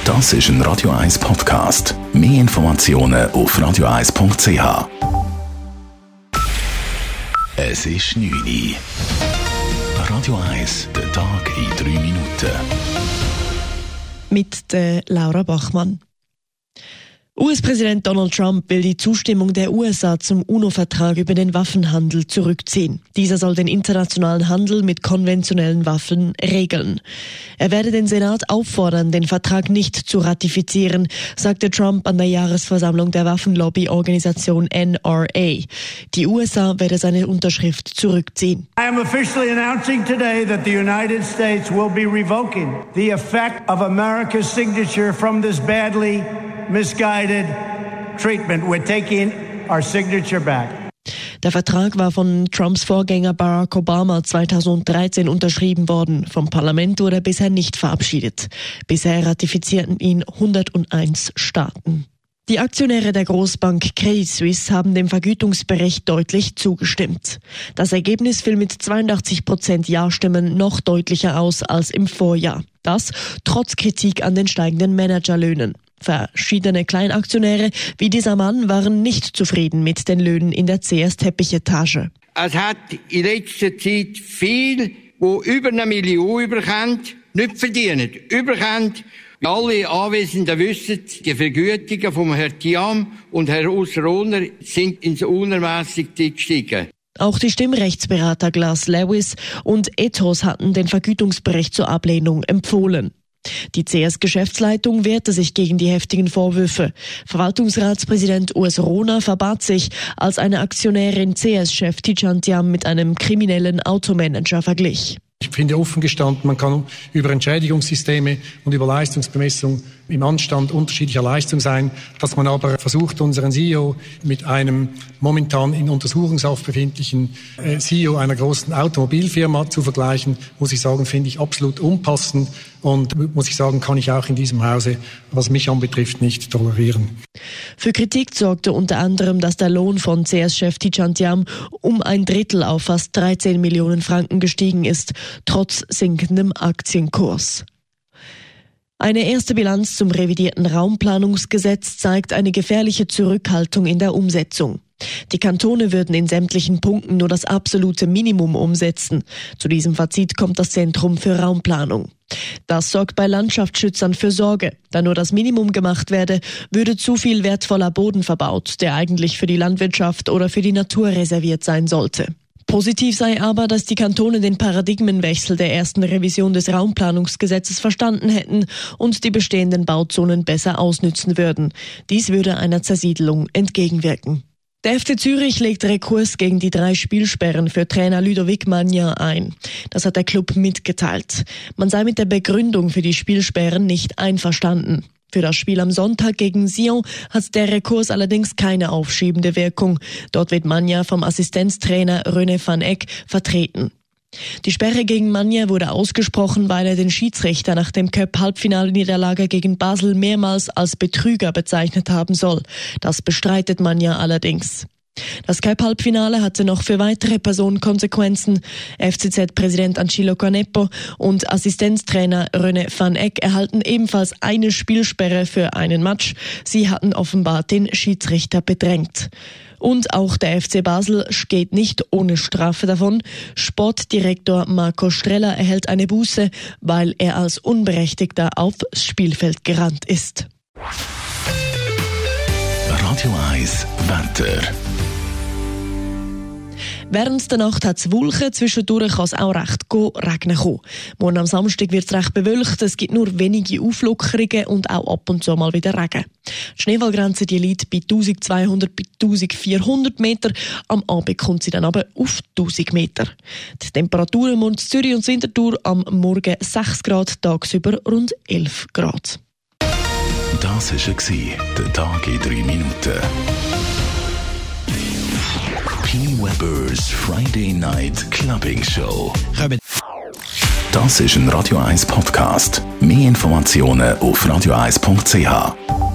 Das ist ein Radio 1 Podcast. Mehr Informationen auf radio1.ch. Es ist 9 Uhr. Radio 1, der Tag in 3 Minuten. Mit der Laura Bachmann. US-Präsident Donald Trump will die Zustimmung der USA zum UNO-Vertrag über den Waffenhandel zurückziehen. Dieser soll den internationalen Handel mit konventionellen Waffen regeln. Er werde den Senat auffordern, den Vertrag nicht zu ratifizieren, sagte Trump an der Jahresversammlung der Waffenlobbyorganisation NRA. Die USA werde seine Unterschrift zurückziehen. I am officially announcing today that the United States will be revoking the effect of America's signature from this badly misguided treatment. We're taking our signature back. Der Vertrag war von Trumps Vorgänger Barack Obama 2013 unterschrieben worden. Vom Parlament wurde er bisher nicht verabschiedet. Bisher ratifizierten ihn 101 Staaten. Die Aktionäre der Großbank Credit Suisse haben dem Vergütungsbericht deutlich zugestimmt. Das Ergebnis fiel mit 82% Ja-Stimmen noch deutlicher aus als im Vorjahr. Das trotz Kritik an den steigenden Managerlöhnen. Verschiedene Kleinaktionäre wie dieser Mann waren nicht zufrieden mit den Löhnen in der CS Teppichetage. Es hat in letzter Zeit viel, die über 1 Million überkommen, nicht verdienen. Überkommen. Alle Anwesenden wissen, die Vergütungen von Herrn Thiam und Herrn Usroner sind ins Unermessliche gestiegen. Auch die Stimmrechtsberater Glass Lewis und Ethos hatten den Vergütungsbericht zur Ablehnung empfohlen. Die CS-Geschäftsleitung wehrte sich gegen die heftigen Vorwürfe. Verwaltungsratspräsident Urs Rohner verbat sich, als eine Aktionärin CS-Chef Tidjane Thiam mit einem kriminellen Automanager verglich. Ich finde offen gestanden, man kann über Entschädigungssysteme und über Leistungsbemessung im Anstand unterschiedlicher Leistung sein. Dass man aber versucht, unseren CEO mit einem momentan in Untersuchungshaft befindlichen CEO einer großen Automobilfirma zu vergleichen, muss ich sagen, finde ich absolut unpassend und muss ich sagen, kann ich auch in diesem Hause, was mich anbetrifft, nicht tolerieren. Für Kritik sorgte unter anderem, dass der Lohn von CS-Chef Tidjane Thiam um 1/3 auf fast 13 Millionen Franken gestiegen ist, trotz sinkendem Aktienkurs. Eine erste Bilanz zum revidierten Raumplanungsgesetz zeigt eine gefährliche Zurückhaltung in der Umsetzung. Die Kantone würden in sämtlichen Punkten nur das absolute Minimum umsetzen. Zu diesem Fazit kommt das Zentrum für Raumplanung. Das sorgt bei Landschaftsschützern für Sorge. Da nur das Minimum gemacht werde, würde zu viel wertvoller Boden verbaut, der eigentlich für die Landwirtschaft oder für die Natur reserviert sein sollte. Positiv sei aber, dass die Kantone den Paradigmenwechsel der ersten Revision des Raumplanungsgesetzes verstanden hätten und die bestehenden Bauzonen besser ausnützen würden. Dies würde einer Zersiedelung entgegenwirken. Der FC Zürich legt Rekurs gegen die 3 Spielsperren für Trainer Ludovic Magna ein. Das hat der Club mitgeteilt. Man sei mit der Begründung für die Spielsperren nicht einverstanden. Für das Spiel am Sonntag gegen Sion hat der Rekurs allerdings keine aufschiebende Wirkung. Dort wird Magna vom Assistenztrainer René van Eck vertreten. Die Sperre gegen Magna wurde ausgesprochen, weil er den Schiedsrichter nach dem Cup-Halbfinalniederlage gegen Basel mehrmals als Betrüger bezeichnet haben soll. Das bestreitet Magna allerdings. Das Cup-Halbfinale hatte noch für weitere Personen Konsequenzen. FCZ-Präsident Ancillo Canepo und Assistenztrainer René van Eck erhalten ebenfalls eine Spielsperre für einen Match. Sie hatten offenbar den Schiedsrichter bedrängt. Und auch der FC Basel geht nicht ohne Strafe davon. Sportdirektor Marco Streller erhält eine Buße, weil er als Unberechtigter aufs Spielfeld gerannt ist. Radio 1 Wetter. Während der Nacht hat es Wolken, zwischendurch kann es auch recht regnen kommen. Morgen am Samstag wird es recht bewölkt, es gibt nur wenige Auflockerungen und auch ab und zu mal wieder Regen. Die Schneefallgrenze die liegt bei 1200 bis 1400 Meter, am Abend kommt sie dann aber auf 1000 Meter. Die Temperaturen morgen in Zürich und Winterthur am Morgen 6 Grad, tagsüber rund 11 Grad. Das war der Tag in 3 Minuten. P. Weber's Friday Night Clubbing Show. Das ist ein Radio 1 Podcast. Mehr Informationen auf radio1.ch.